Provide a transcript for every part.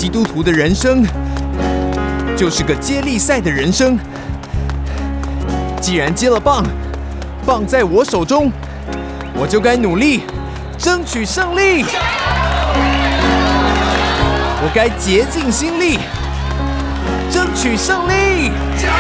基督徒的人生就是个接力赛的人生。既然接了棒，棒在我手中，我就该努力争取胜利。我该竭尽心力争取胜利。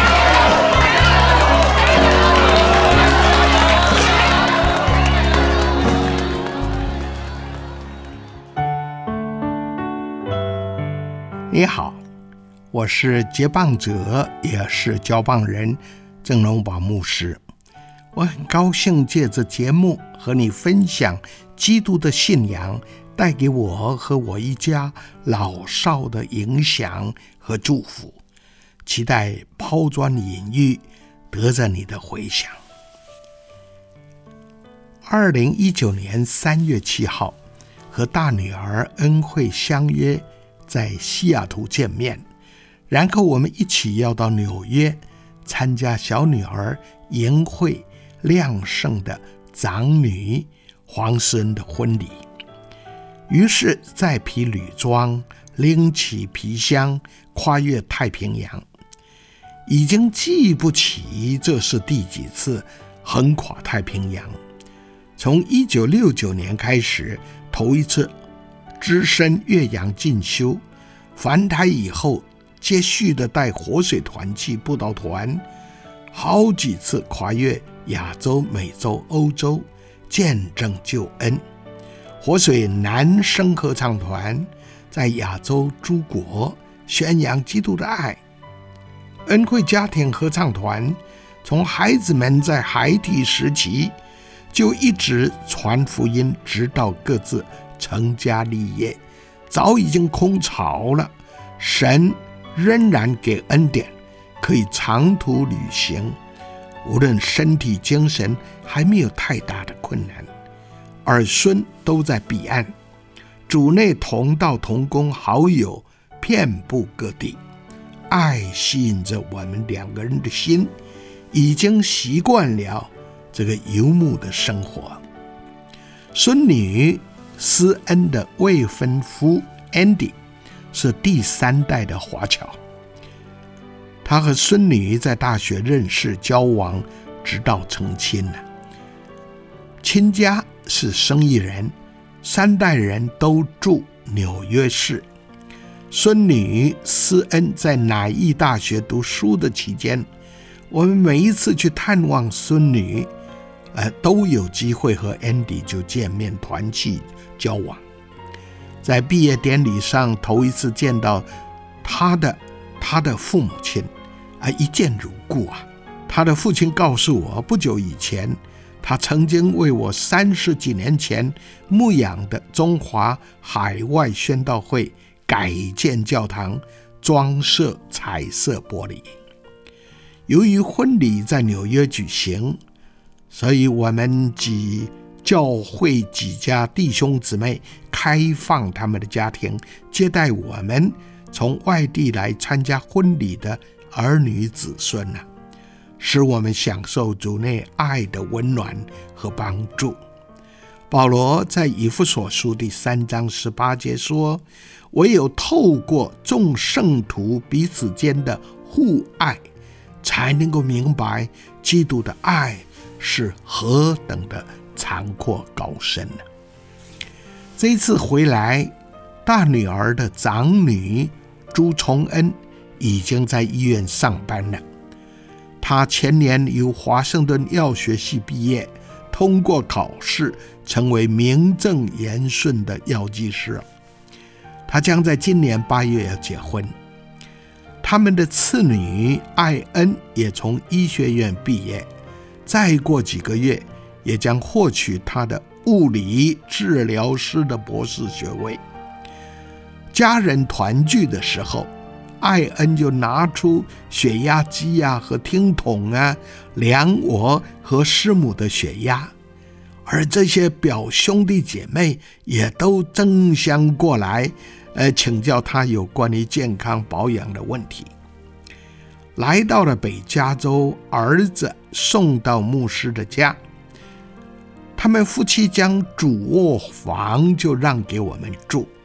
你好，我是接棒者，也是交棒人郑荣宝牧师。我很高兴借着节目和你分享基督的信仰带给我和我一家老少的影响和祝福，期待抛砖引玉，得着你的回响。2019年3月7号，和大女儿恩惠相约在西雅图见面，然后我们一起要到纽约参加小女儿莹慧亮圣的长女黄思恩的婚礼。于是再披旅装，拎起皮箱，跨越太平洋。已经记不起这是第几次横跨太平洋。从1969年开始，头一次只身越洋进修，返台以后接续的带活水团契布道团，好几次跨越亚洲、美洲、欧洲，见证救恩。活水男声合唱团在亚洲诸国宣扬基督的爱。恩惠家庭合唱团从孩子们在孩提时期就一直传福音，直到各自成家立业，早已经空巢了。神仍然给恩典，可以长途旅行，无论身体精神还没有太大的困难，儿孙都在彼岸，主内同道同工好友遍布各地。爱吸引着我们两个人的心，已经习惯了这个游牧的生活。孙女思恩的未婚夫 Andy 是第3代的华侨，他和孙女在大学认识交往，直到成亲了。亲家是生意人，3代人都住纽约市。孙女思恩在乃艺大学读书的期间，我们每一次去探望孙女，都有机会和 Andy 就见面团契交往。在毕业典礼上头一次见到他的父母亲，一见如故啊。他的父亲告诉我，不久以前他曾经为我30几年前牧养的中华海外宣道会改建教堂，装设彩色玻璃。由于婚礼在纽约举行，所以我们教会几家弟兄姊妹开放他们的家庭，接待我们从外地来参加婚礼的儿女子孙，使我们享受主内爱的温暖和帮助。保罗在以弗所书第3章18节说，唯有透过众圣徒彼此间的互爱，才能够明白基督的爱是何等的长阔高深。这一次回来，大女儿的长女朱崇恩已经在医院上班了。她前年由华盛顿药学系毕业，通过考试成为名正言顺的药剂师。她将在今年8月要结婚。他们的次女艾恩也从医学院毕业，再过几个月也将获取她的物理治疗师的博士学位。家人团聚的时候，艾恩就拿出血压机和听筒量我和师母的血压，而这些表兄弟姐妹也都争相过来请教他有关于健康保养的问题。来到了北加州，儿子送到牧师的家，他们夫妻将主卧房就让给我们住，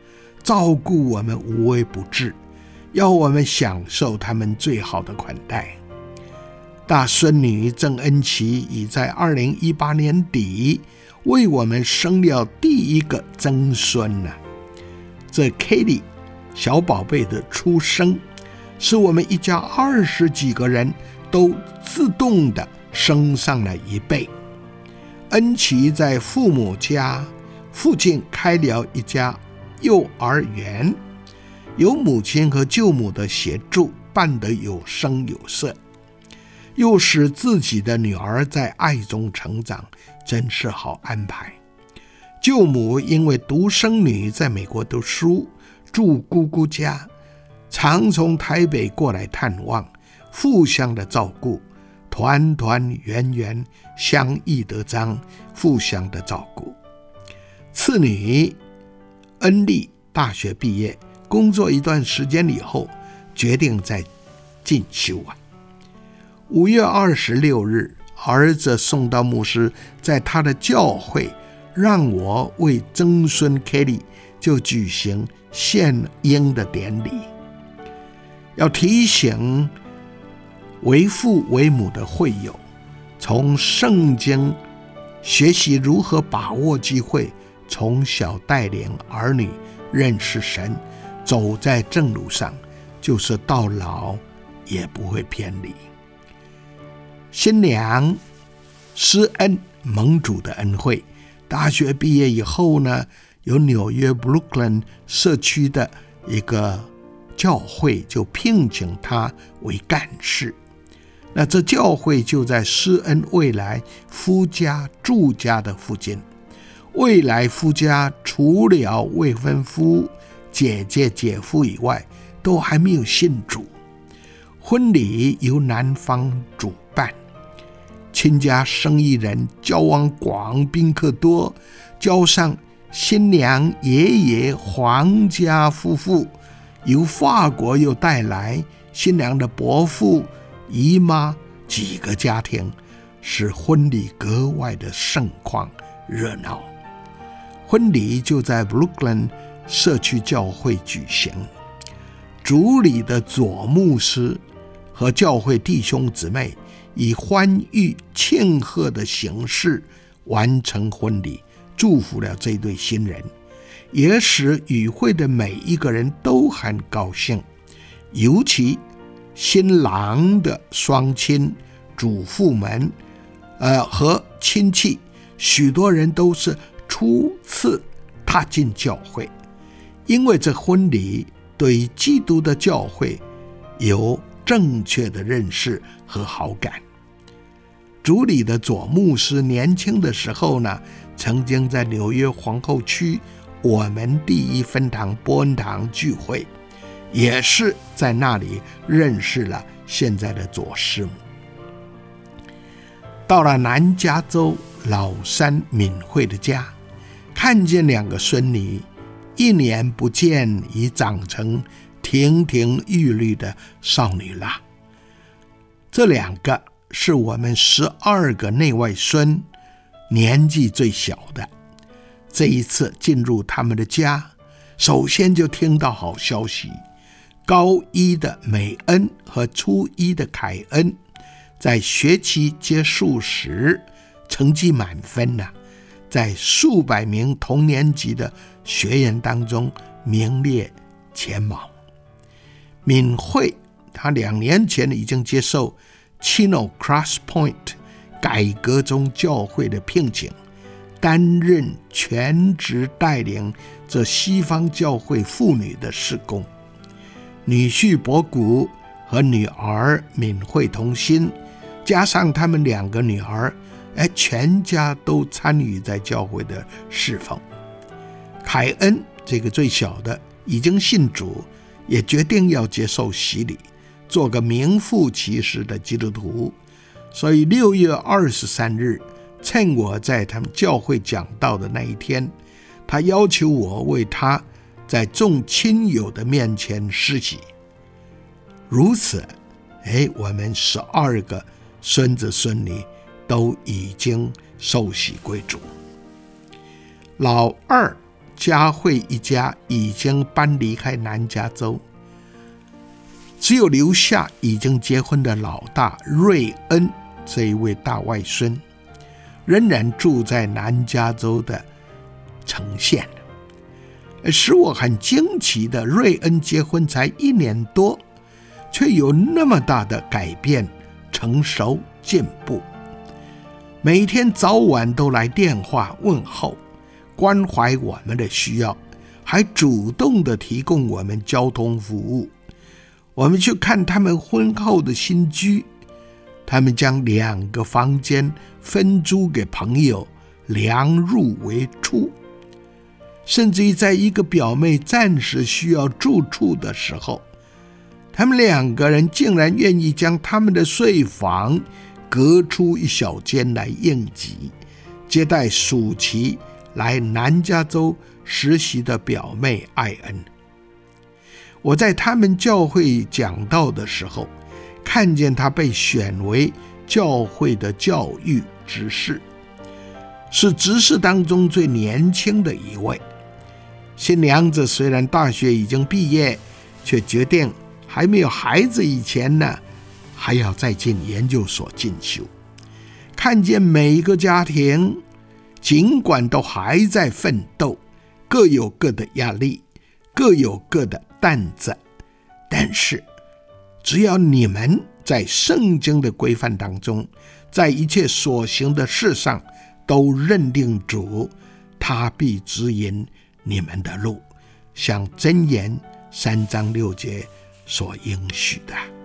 照顾我们无微不至，要我们享受他们最好的款待。大孙女郑恩琪已在2018年底为我们生了第一个曾孙了。这 Katie 小宝贝的出生，使我们一家20几个人都自动的升上了一倍。恩琪在父母家附近开了一家幼儿园，有母亲和舅母的协助，办得有声有色，又使自己的女儿在爱中成长，真是好安排。舅母因为独生女在美国读书，住姑姑家，常从台北过来探望，互相的照顾，团团圆圆，相益得彰，互相的照顾。次女恩利大学毕业，工作一段时间以后，决定再进修5月26日，儿子送到牧师在他的教会，让我为曾孙 Kelly 就举行献婴的典礼。要提醒为父为母的会友，从圣经学习如何把握机会，从小带领儿女认识神，走在正路上，就是到老也不会偏离。新娘施恩蒙主的恩惠，大学毕业以后呢，有纽约 Brooklyn 社区的一个教会就聘请他为干事。那这教会就在施恩未来夫家住家的附近。未来夫家除了未婚夫、姐姐、姐夫以外，都还没有信主。婚礼由男方主办，亲家生意人，交往广，宾客多，加上新娘爷爷皇家夫妇由法国又带来新娘的伯父、姨妈几个家庭，使婚礼格外的盛况热闹。婚礼就在 Brooklyn 社区教会举行，主礼的左牧师和教会弟兄姊妹以欢愉庆贺的形式完成婚礼，祝福了这对新人，也使与会的每一个人都很高兴，尤其新郎的双亲、祖父们和亲戚，许多人都是初次踏进教会，因为这婚礼对基督的教会有正确的认识和好感。主礼的左牧师年轻的时候呢，曾经在纽约皇后区我们第一分堂波恩堂聚会，也是在那里认识了现在的左师母。到了南加州老山敏慧的家，看见2个孙女1年不见已长成亭亭玉立的少女了。这2个是我们12个内外孙年纪最小的。这一次进入他们的家，首先就听到好消息，高1的美恩和初1的凯恩在学期结束时成绩满分了，在数百名同年级的学员当中名列前茅。敏慧他2年前已经接受 Chino Cross Point 改革中教会的聘请，担任全职带领这西方教会妇女的事工。女婿伯古和女儿敏慧同心，加上他们2个女儿，全家都参与在教会的侍奉。凯恩这个最小的已经信主，也决定要接受洗礼，做个名副其实的基督徒。所以6月23日，趁我在他们教会讲道的那一天，他要求我为他在众亲友的面前施洗。如此，我们12个孙子孙女都已经受洗归主。老2 佳慧一家已经搬离开南加州，只有留下已经结婚的老大瑞恩这一位大外孙，仍然住在南加州的城县。使我很惊奇的，瑞恩结婚才1年多，却有那么大的改变、成熟、进步。每天早晚都来电话问候，关怀我们的需要，还主动的提供我们交通服务。我们去看他们婚后的新居，他们将2个房间分租给朋友，量入为出。甚至于在一个表妹暂时需要住处的时候，他们2个人竟然愿意将他们的睡房隔出一小间来应急，接待暑期来南加州实习的表妹艾恩。我在他们教会讲道的时候，看见他被选为教会的教育执事，是执事当中最年轻的一位。新娘子虽然大学已经毕业，却决定还没有孩子以前呢，还要再进研究所进修。看见每一个家庭尽管都还在奋斗，各有各的压力，各有各的担子，但是只要你们在圣经的规范当中，在一切所行的事上都认定主，他必指引你们的路，像箴言3章6节所应许的。